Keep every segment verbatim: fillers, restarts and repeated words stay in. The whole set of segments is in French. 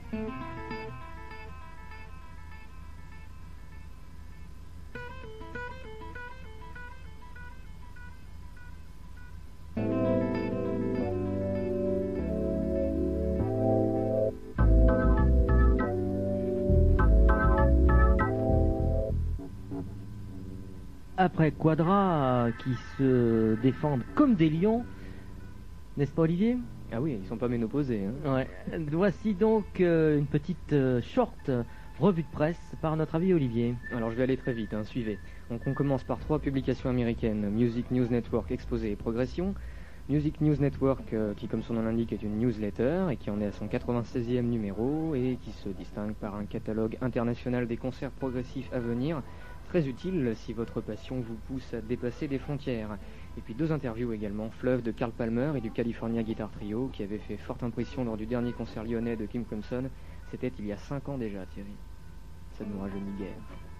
Après Quadra, euh, qui se défendent comme des lions, n'est-ce pas Olivier? Ah oui, ils sont pas ménopausés. Hein. Ouais. Voici donc euh, une petite euh, short euh, revue de presse par notre ami Olivier. Alors je vais aller très vite, hein, suivez. Donc on commence par trois publications américaines, Music News Network, Exposé et Progression. Music News Network, euh, qui comme son nom l'indique est une newsletter et qui en est à son quatre-vingt-seizième numéro et qui se distingue par un catalogue international des concerts progressifs à venir, très utile si votre passion vous pousse à dépasser des frontières. Et puis deux interviews également, Fleuve de Carl Palmer et du California Guitar Trio, qui avait fait forte impression lors du dernier concert lyonnais de Kim Crimson. C'était il y a cinq ans déjà, Thierry. Ça ne nous rajeunit guère.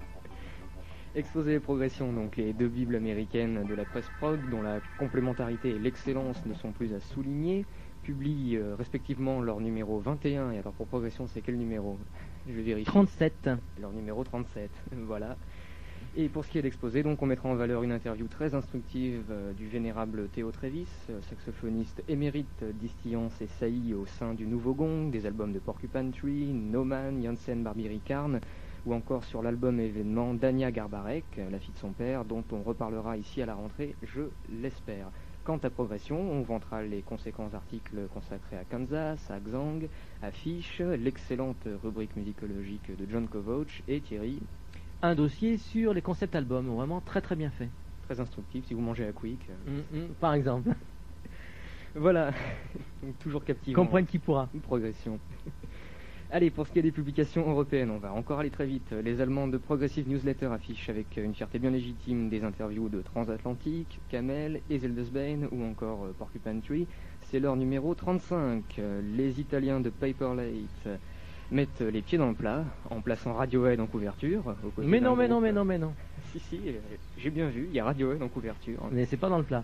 Exposé et Progression, donc les deux bibles américaines de la presse prog, dont la complémentarité et l'excellence ne sont plus à souligner, publient euh, respectivement leur numéro vingt et un, et alors pour Progression c'est quel numéro? Je vais vérifier. trente-sept. Leur numéro trente-sept, voilà. Et pour ce qui est d'Exposé, donc on mettra en valeur une interview très instructive euh, du vénérable Théo Trévis, euh, saxophoniste émérite euh, distillant ses saillies au sein du Nouveau Gong, des albums de Porcupine Tree, No Man, Janssen Barbiri Karn, ou encore sur l'album événement Dania Garbarek, euh, la fille de son père, dont on reparlera ici à la rentrée, je l'espère. Quant à Progression, on vantera les conséquents articles consacrés à Kansas, à Xang, à Fish, l'excellente rubrique musicologique de John Kovoch et Thierry. Un dossier sur les concept albums, vraiment très très bien fait. Très instructif si vous mangez à Quick. Mm, mm, par exemple. Voilà, donc toujours captivant. Comprenne qui pourra. Une progression. Allez, pour ce qui est des publications européennes, on va encore aller très vite. Les Allemands de Progressive Newsletter affichent avec une fierté bien légitime des interviews de Transatlantique, Camel, Ezeldesbane ou encore Porcupine Tree. C'est leur numéro trente-cinq. Les Italiens de Paperlate mettent les pieds dans le plat en plaçant Radiohead en couverture. Mais non, mais non, mais non, mais non. Si, si, j'ai bien vu, il y a Radiohead en couverture. Mais c'est pas dans le plat.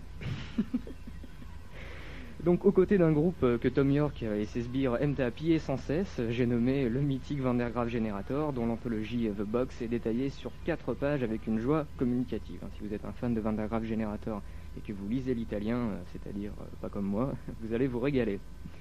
Donc aux côtés d'un groupe que Tom York et ses sbires aiment à piller sans cesse, j'ai nommé le mythique Van der Graaf Generator, dont l'anthologie The Box est détaillée sur quatre pages avec une joie communicative. Si vous êtes un fan de Van der Graaf Generator et que vous lisez l'italien, c'est-à-dire pas comme moi, vous allez vous régaler.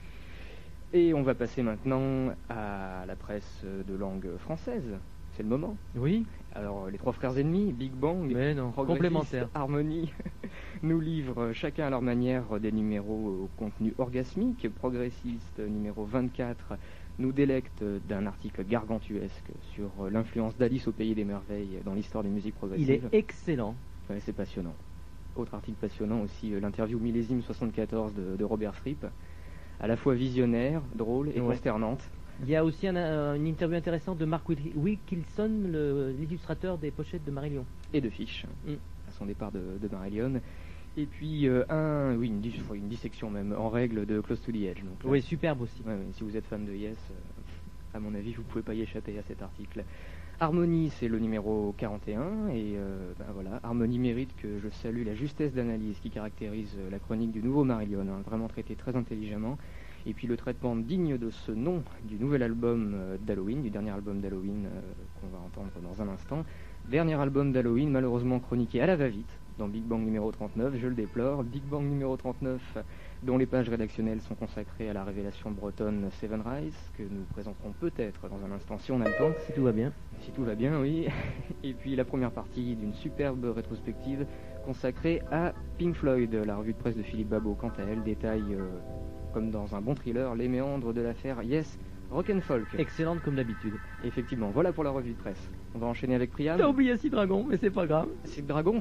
Et on va passer maintenant à la presse de langue française. C'est le moment. Oui. Alors, les trois frères ennemis, Big Bang, mais non, complémentaire, Harmonie, nous livrent chacun à leur manière des numéros au contenu orgasmique. Progressiste numéro vingt-quatre nous délecte d'un article gargantuesque sur l'influence d'Alice au Pays des Merveilles dans l'histoire des musiques progressives. Il est excellent. Ouais, c'est passionnant. Autre article passionnant aussi, l'interview millésime soixante-quatorze de, de Robert Fripp, à la fois visionnaire, drôle et ouais. consternante. Il y a aussi un, euh, une interview intéressante de Mark Wilkinson, l'illustrateur des pochettes de Marillion. Et de Fish, mm. à son départ de, de Marillion. Et puis euh, un, oui, une, une dissection même en règle de Close to the Edge. Donc, là, oui, superbe aussi. Ouais, ouais, si vous êtes fan de Yes, euh, à mon avis, vous ne pouvez pas y échapper à cet article. Harmonie, c'est le numéro quarante et un, et euh, ben voilà, Harmonie mérite que je salue la justesse d'analyse qui caractérise la chronique du nouveau Marillion, hein, vraiment traité très intelligemment. Et puis le traitement digne de ce nom du nouvel album euh, d'Halloween, du dernier album d'Halloween euh, qu'on va entendre dans un instant. Dernier album d'Halloween, malheureusement chroniqué à la va-vite, dans Big Bang numéro trente-neuf, je le déplore. Big Bang numéro trente-neuf, dont les pages rédactionnelles sont consacrées à la révélation bretonne Seven Rise, que nous présenterons peut-être dans un instant si on a le temps. Si tout va bien. Si tout va bien, oui. Et puis la première partie d'une superbe rétrospective consacrée à Pink Floyd. La revue de presse de Philippe Babot, quant à elle, détaille... Euh, comme dans un bon thriller, les méandres de l'affaire Yes Rock'n'Folk. Excellente comme d'habitude. Effectivement, voilà pour la revue de presse. On va enchaîner avec Priam. T'as oublié Acid Dragon, mais c'est pas grave. Acid Dragon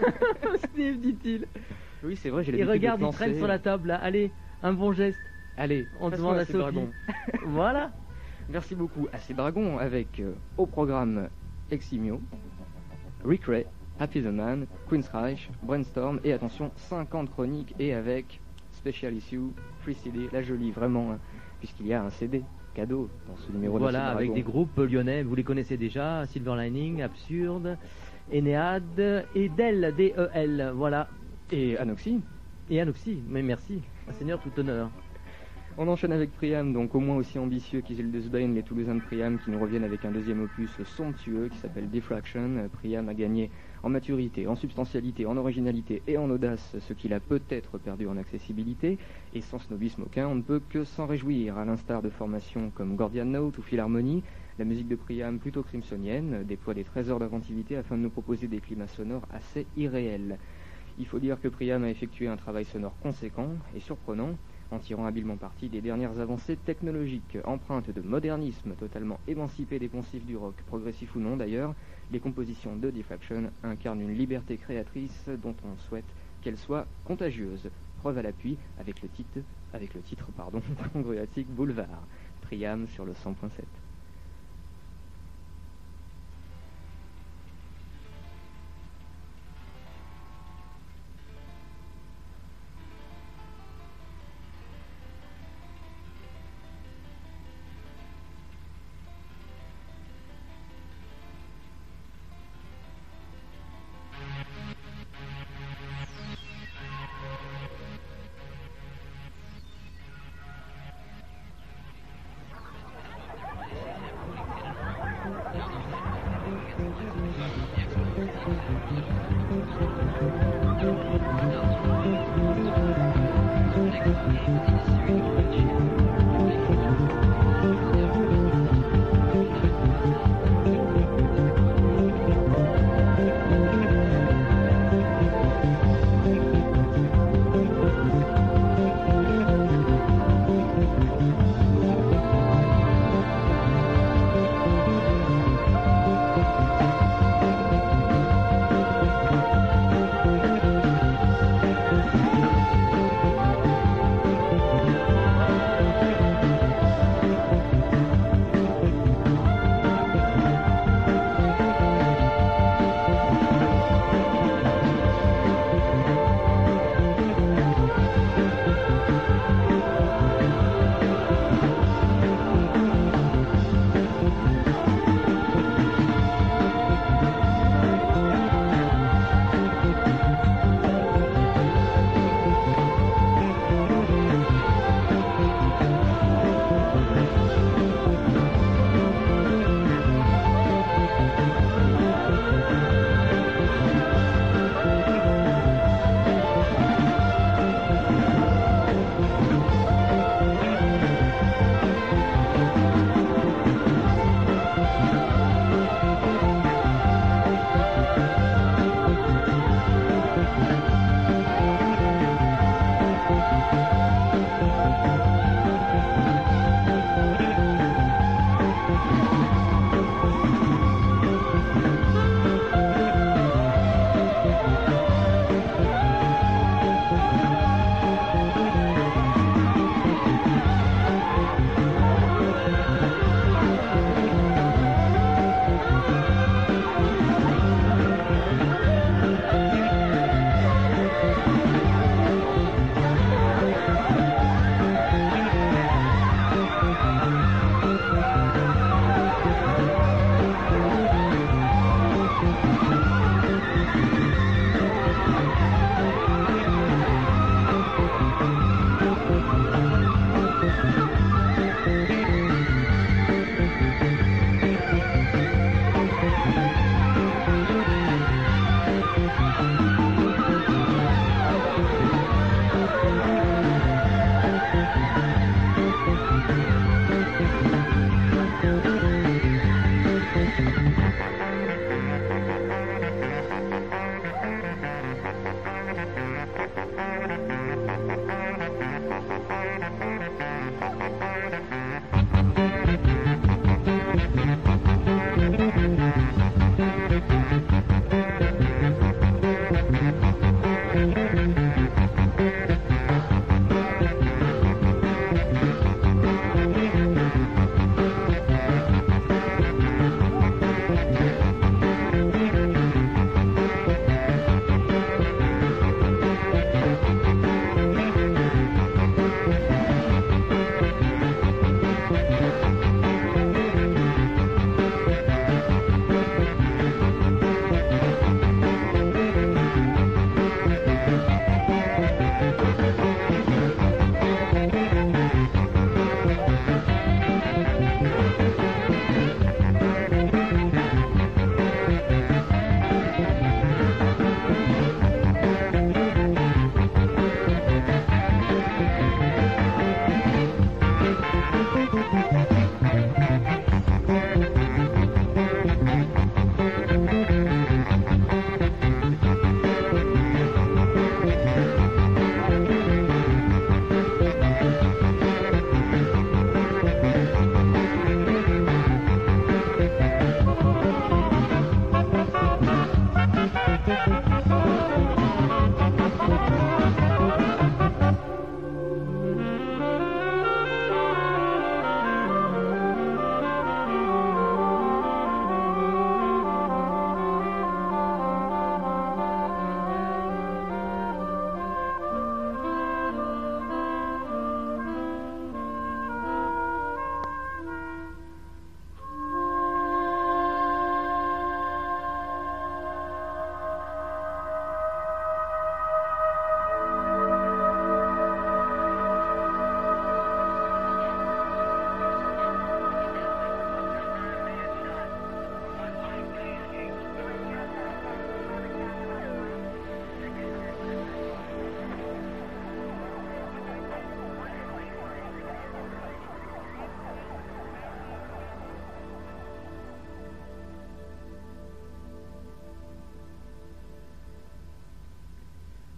Sniff, dit-il. Oui, c'est vrai, j'ai l'habitude de plancer. Et regarde, il traîne sur la table, là. Allez, un bon geste. Allez, on demande à Sophie. Dragon. Voilà. Merci beaucoup. Acid Dragon avec, euh, au programme, Eximio, Rick Ray, Happy the Man, Queen's Reich, Brainstorm, et attention, cinquante chroniques, et avec... Special Issue, Free C D, là je lis vraiment, hein, puisqu'il y a un C D cadeau dans ce numéro. Voilà, de avec des groupes lyonnais, vous les connaissez déjà, Silver Lining, Absurde, Enéade et Del, D E L, voilà. Et Anoxy. Et Anoxy, mais merci, un seigneur tout honneur. On enchaîne avec Priam, donc au moins aussi ambitieux qu'Isildusbane, les Toulousains de Priam qui nous reviennent avec un deuxième opus somptueux qui s'appelle Diffraction. Priam a gagné en maturité, en substantialité, en originalité et en audace ce qu'il a peut-être perdu en accessibilité, et sans snobisme aucun, on ne peut que s'en réjouir. À l'instar de formations comme Gordian Note ou Philharmonie, la musique de Priam, plutôt crimsonienne, déploie des trésors d'inventivité afin de nous proposer des climats sonores assez irréels. Il faut dire que Priam a effectué un travail sonore conséquent et surprenant, en tirant habilement parti des dernières avancées technologiques, empreintes de modernisme, totalement émancipées des poncifs du rock, progressif ou non d'ailleurs. Les compositions de Diffraction incarnent une liberté créatrice dont on souhaite qu'elle soit contagieuse. Preuve à l'appui avec le titre, avec le titre pardon, Congruatic Boulevard. Priam sur le cent point sept.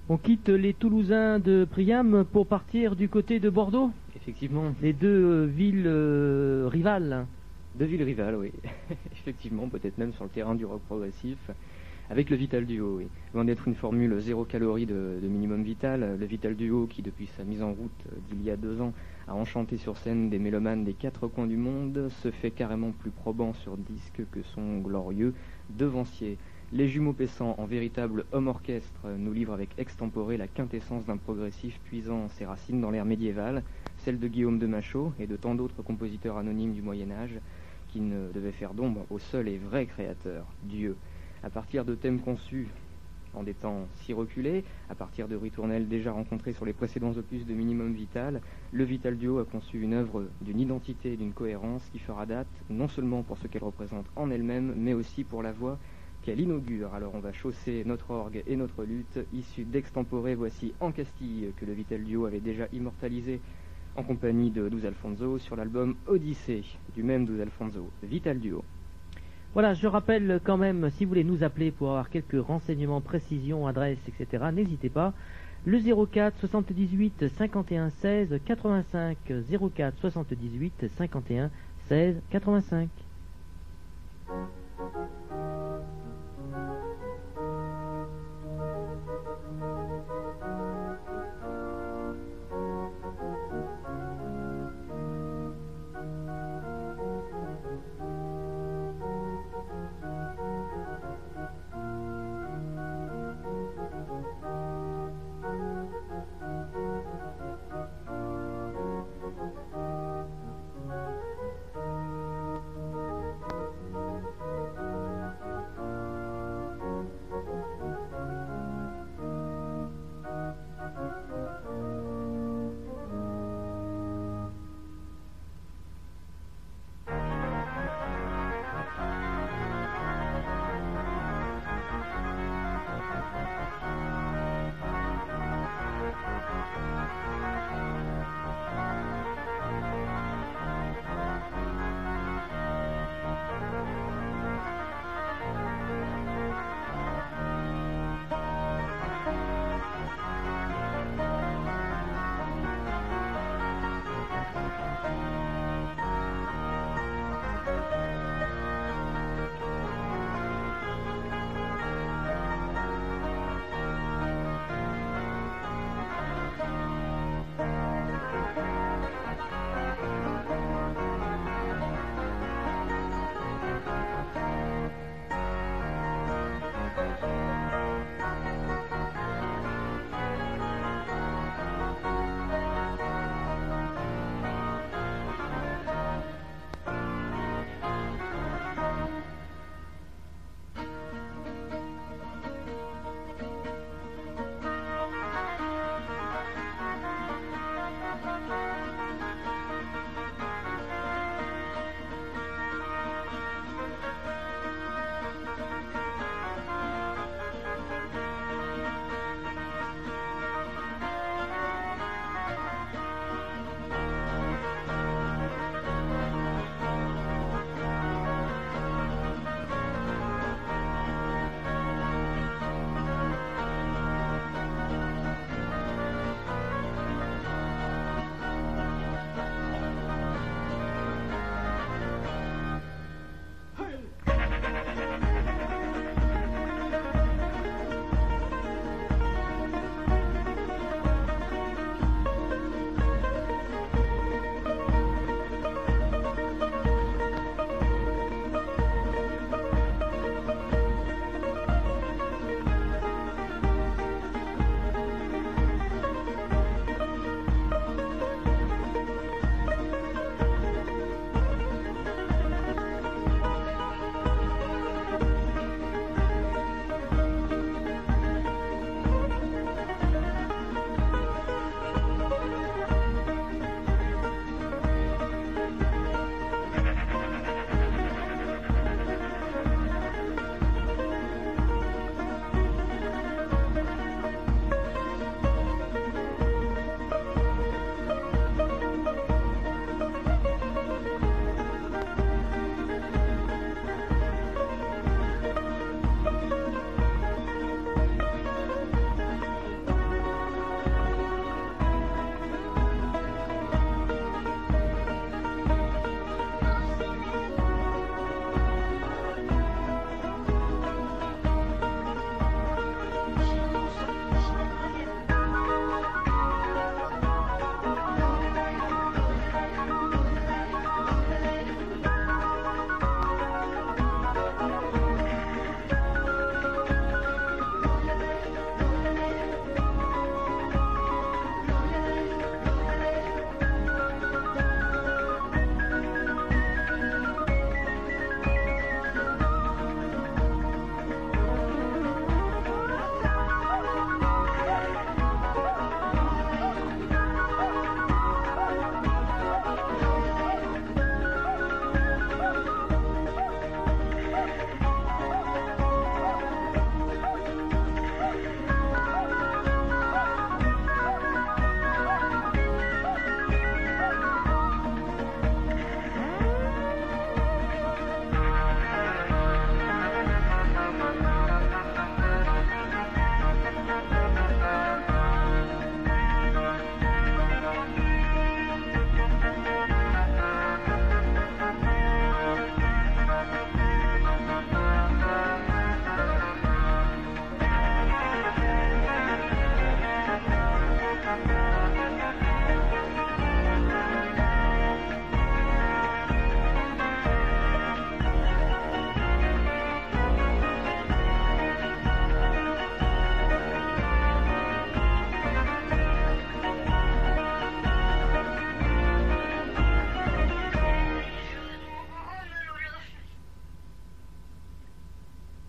On quitte les Toulousains de Priam pour partir du côté de Bordeaux. Effectivement. Les deux euh, villes euh, rivales. Deux villes rivales, oui. Effectivement, peut-être même sur le terrain du rock progressif. Avec le Vital Duo, oui. Loin d'être une formule zéro calorie de, de minimum vital, le Vital Duo, qui depuis sa mise en route d'il y a deux ans, a enchanté sur scène des mélomanes des quatre coins du monde, se fait carrément plus probant sur disque que son glorieux devancier. Les jumeaux Pessan, en véritable homme-orchestre, nous livrent avec extemporé la quintessence d'un progressif puisant ses racines dans l'ère médiévale, celle de Guillaume de Machaut et de tant d'autres compositeurs anonymes du Moyen-Âge, qui ne devaient faire d'ombre au seul et vrai créateur, Dieu. À partir de thèmes conçus en des temps si reculés, à partir de ritournelles déjà rencontrées sur les précédents opus de Minimum Vital, le Vital Duo a conçu une œuvre d'une identité et d'une cohérence qui fera date, non seulement pour ce qu'elle représente en elle-même, mais aussi pour la voix qu'elle inaugure. Alors on va chausser notre orgue et notre lutte, issus d'extemporé. Voici En Castille, que le Vital Duo avait déjà immortalisé en compagnie de Douz Alfonso sur l'album Odyssée, du même Douz Alfonso, Vital Duo. Voilà, je rappelle quand même, si vous voulez nous appeler pour avoir quelques renseignements, précisions, adresses, et cetera, n'hésitez pas. Le zéro quatre soixante-dix-huit cinquante et un seize quatre-vingt-cinq, zéro quatre soixante-dix-huit cinquante et un seize quatre-vingt-cinq.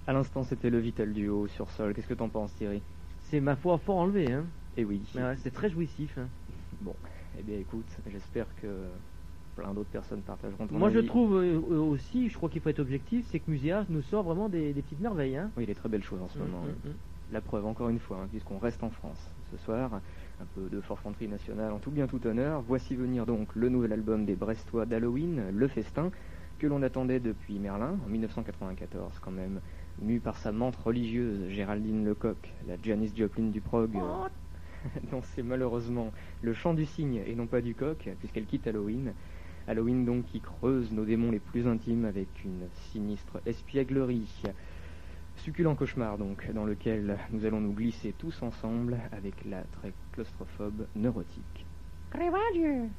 À l'instant, c'était le Vital Duo sur Sol. Qu'est-ce que t'en penses, Thierry? C'est ma foi fort enlevé, hein. Eh oui. Mais ouais, c'est très jouissif. Hein. Bon, eh bien écoute, j'espère que plein d'autres personnes partageront ton Moi avis. je trouve euh, aussi, je crois qu'il faut être objectif, c'est que Muséa nous sort vraiment des, des petites merveilles. Hein. Oui, il y a des très belles choses en ce Mm, moment. mm, mm. La preuve, encore une fois, hein, puisqu'on reste en France. Ce soir, un peu de forfanterie nationale en tout bien tout honneur. Voici venir donc le nouvel album des Brestois d'Halloween, Le Festin, que l'on attendait depuis Merlin, en mille neuf cent quatre-vingt-quatorze quand même, mue par sa menthe religieuse, Géraldine Lecoq, la Janis Joplin du prog. euh, non, c'est malheureusement le chant du cygne et non pas du coq, puisqu'elle quitte Halloween. Halloween donc qui creuse nos démons les plus intimes avec une sinistre espièglerie. Succulent cauchemar donc, dans lequel nous allons nous glisser tous ensemble avec la très claustrophobe neurotique. Crevadieu.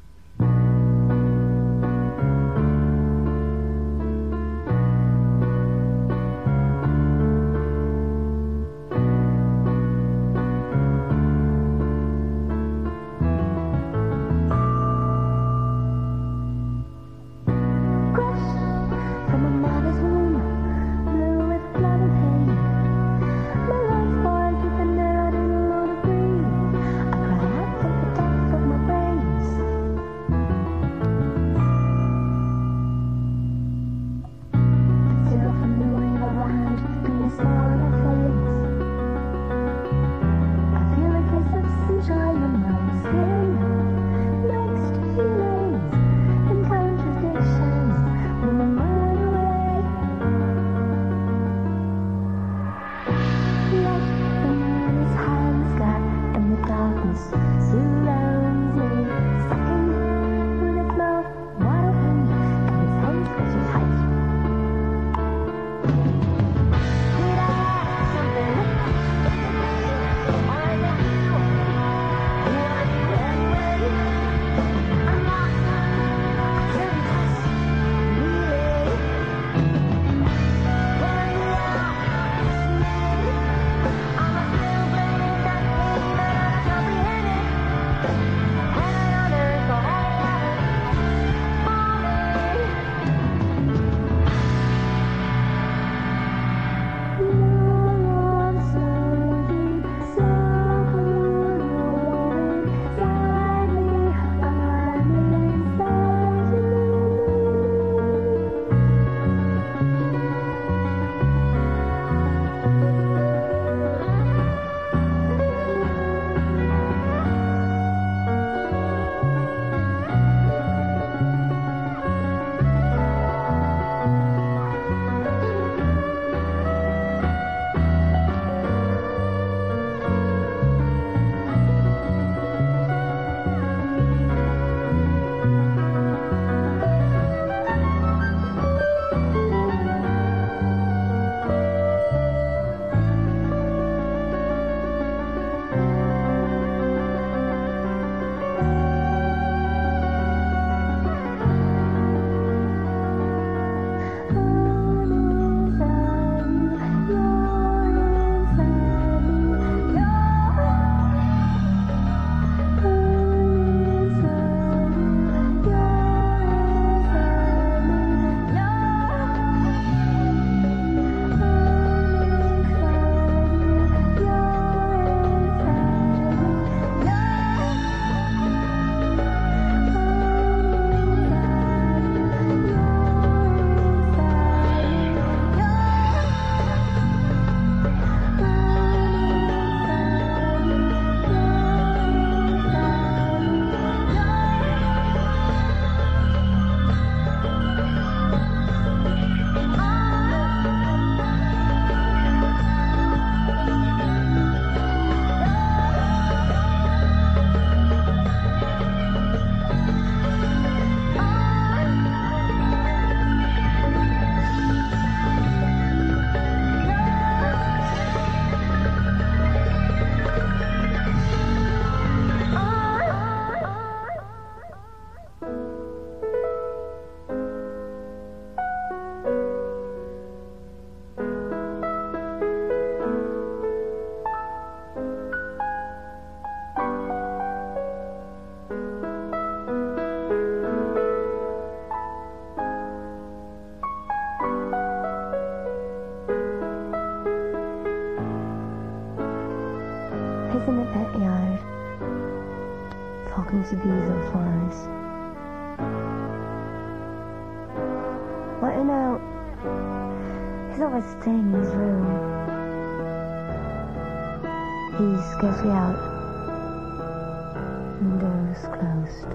I cry out from the depth of my brains. swarms of bees and flies. Well, you know, he's always staying in his room. He's scarcely out. Windows closed.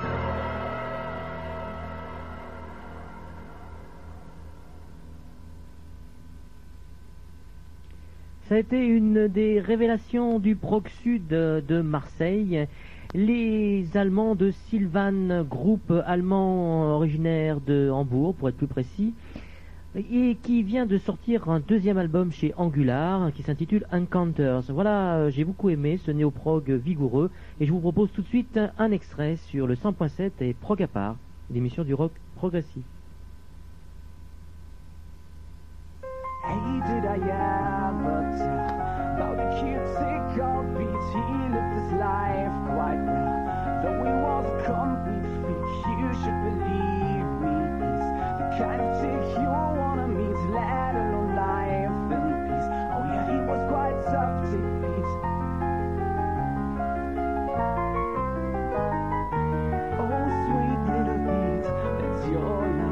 Ça a été une des révélations du prog sud de Marseille. Les Allemands de Sylvan, groupe allemand originaire de Hambourg, pour être plus précis, et qui vient de sortir un deuxième album chez Angular, qui s'intitule Encounters. Voilà, j'ai beaucoup aimé ce néo-prog vigoureux, et je vous propose tout de suite un extrait sur le cent point sept et Prog à part, l'émission du rock progressif. Hey, did I ever tell about the cute sick of beats? He lived his life quite well. Though he was a complete freak, you should believe me. He's the kind of chick you wanna meet, let alone life in peace. Oh yeah, he was quite tough to beat. Oh, sweet little beat, that's your life.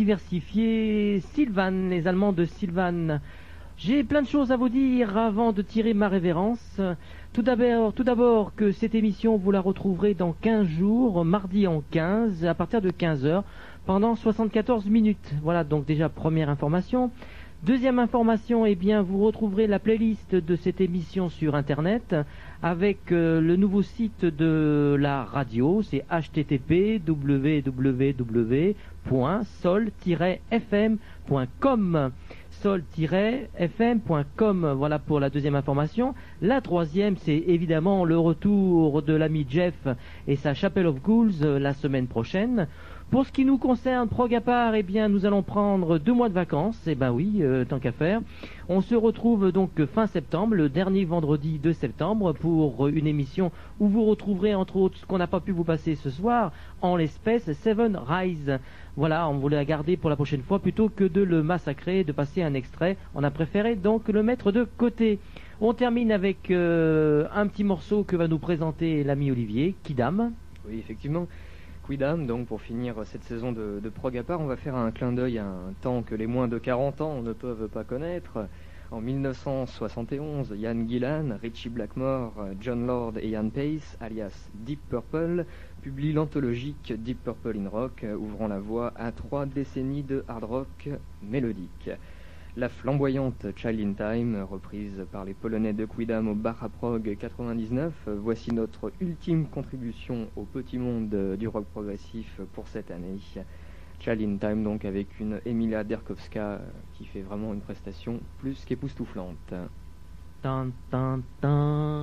diversifié. Sylvan, les Allemands de Sylvan. J'ai plein de choses à vous dire avant de tirer ma révérence. Tout d'abord, tout d'abord que cette émission, vous la retrouverez dans quinze jours, mardi en quinze, à partir de quinze heures, pendant soixante-quatorze minutes. Voilà, donc déjà première information. Deuxième information, eh bien, vous retrouverez la playlist de cette émission sur Internet avec euh, le nouveau site de la radio, c'est h t t p w w w point sol tiret f m point com. sol tiret f m point com, voilà pour la deuxième information. La troisième, c'est évidemment le retour de l'ami Jeff et sa Chapel of Ghouls euh, la semaine prochaine. Pour ce qui nous concerne, prog à part, eh bien, nous allons prendre deux mois de vacances. Eh ben oui, euh, tant qu'à faire. On se retrouve donc fin septembre, le dernier vendredi de septembre, pour une émission où vous retrouverez entre autres ce qu'on n'a pas pu vous passer ce soir, en l'espèce Seven Rise. Voilà, on voulait la garder pour la prochaine fois plutôt que de le massacrer, de passer un extrait. On a préféré donc le mettre de côté. On termine avec euh, un petit morceau que va nous présenter l'ami Olivier, Quidam. Oui, effectivement. Quidam, donc pour finir cette saison de, de prog à part, on va faire un clin d'œil à un temps que les moins de quarante ans ne peuvent pas connaître. En mille neuf cent soixante et onze, Ian Gillan, Richie Blackmore, John Lord et Ian Pace, alias Deep Purple, publient l'anthologique Deep Purple in Rock, ouvrant la voie à trois décennies de hard rock mélodique. La flamboyante Child in Time, reprise par les Polonais de Quidam au Bar à Prog quatre-vingt-dix-neuf, voici notre ultime contribution au petit monde du rock progressif pour cette année. Child in Time, donc, avec une Emilia Derkovska qui fait vraiment une prestation plus qu'époustouflante. Tan, tan, tan.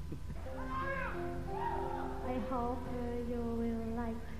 I hope uh, you will like it.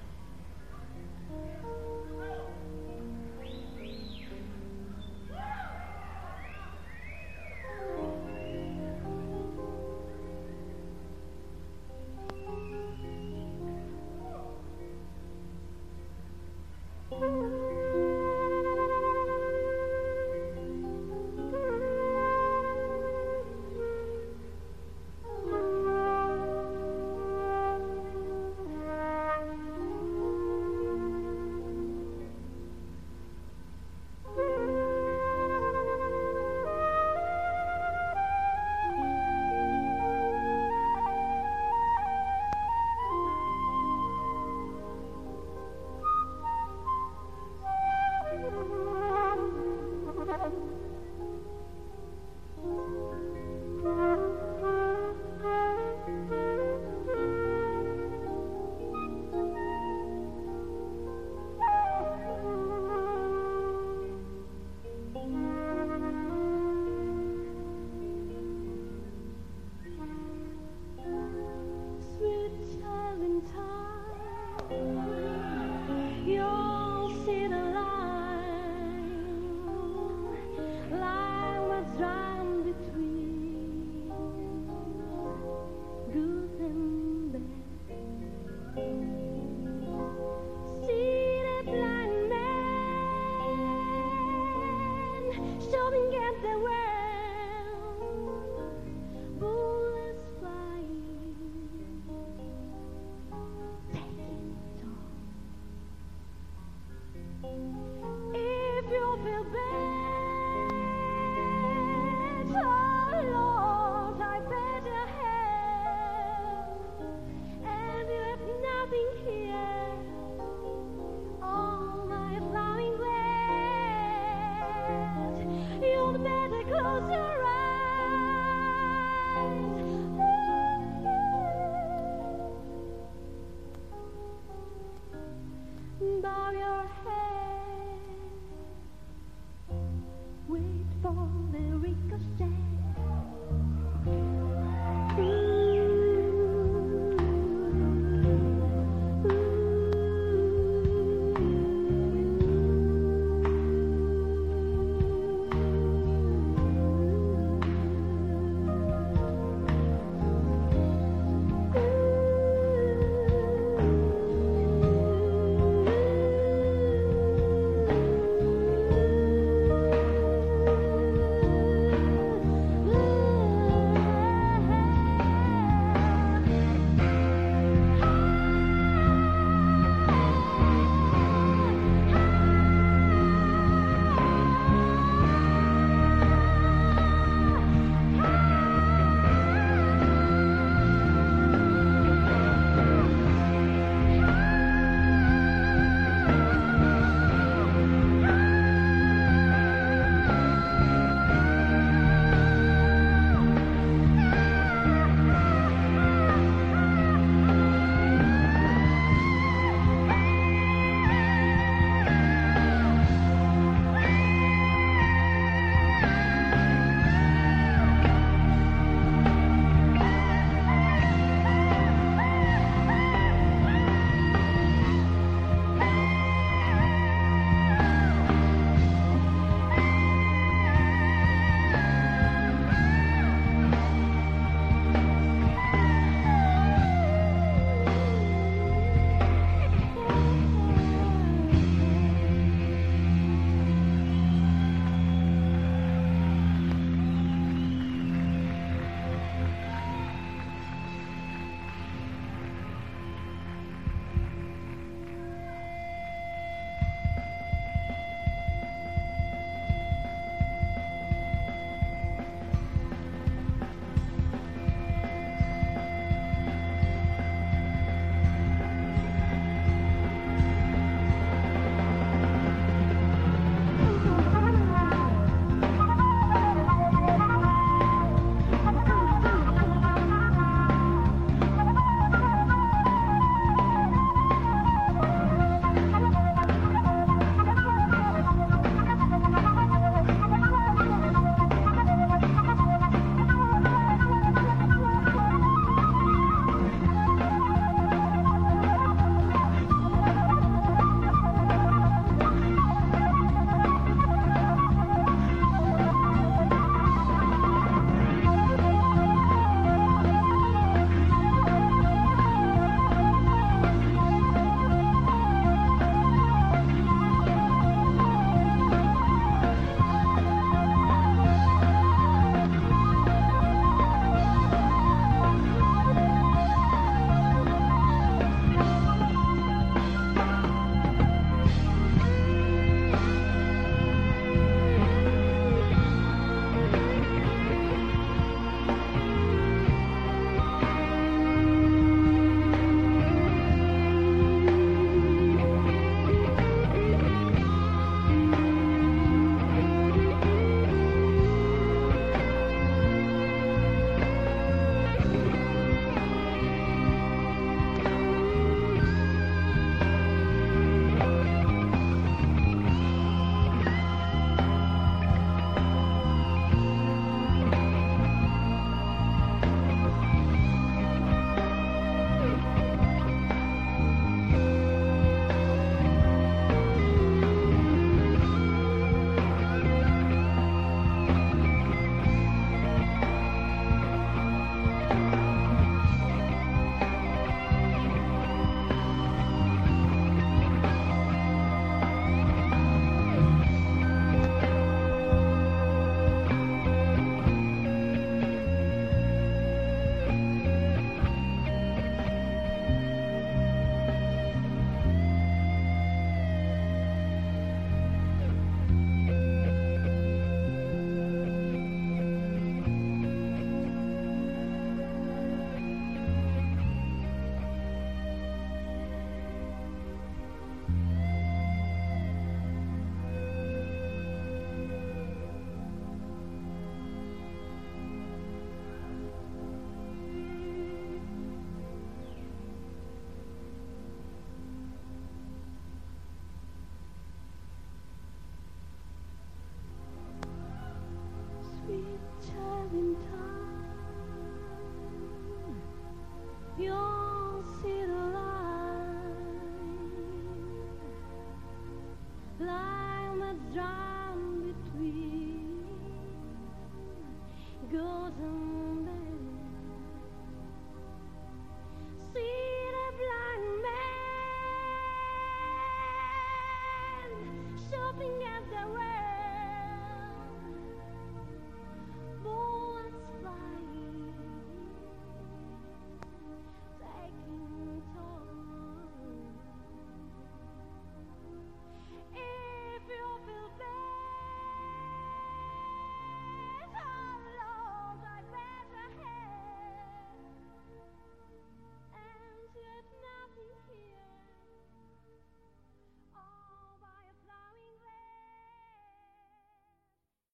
Bow your head, wait for the ricochet.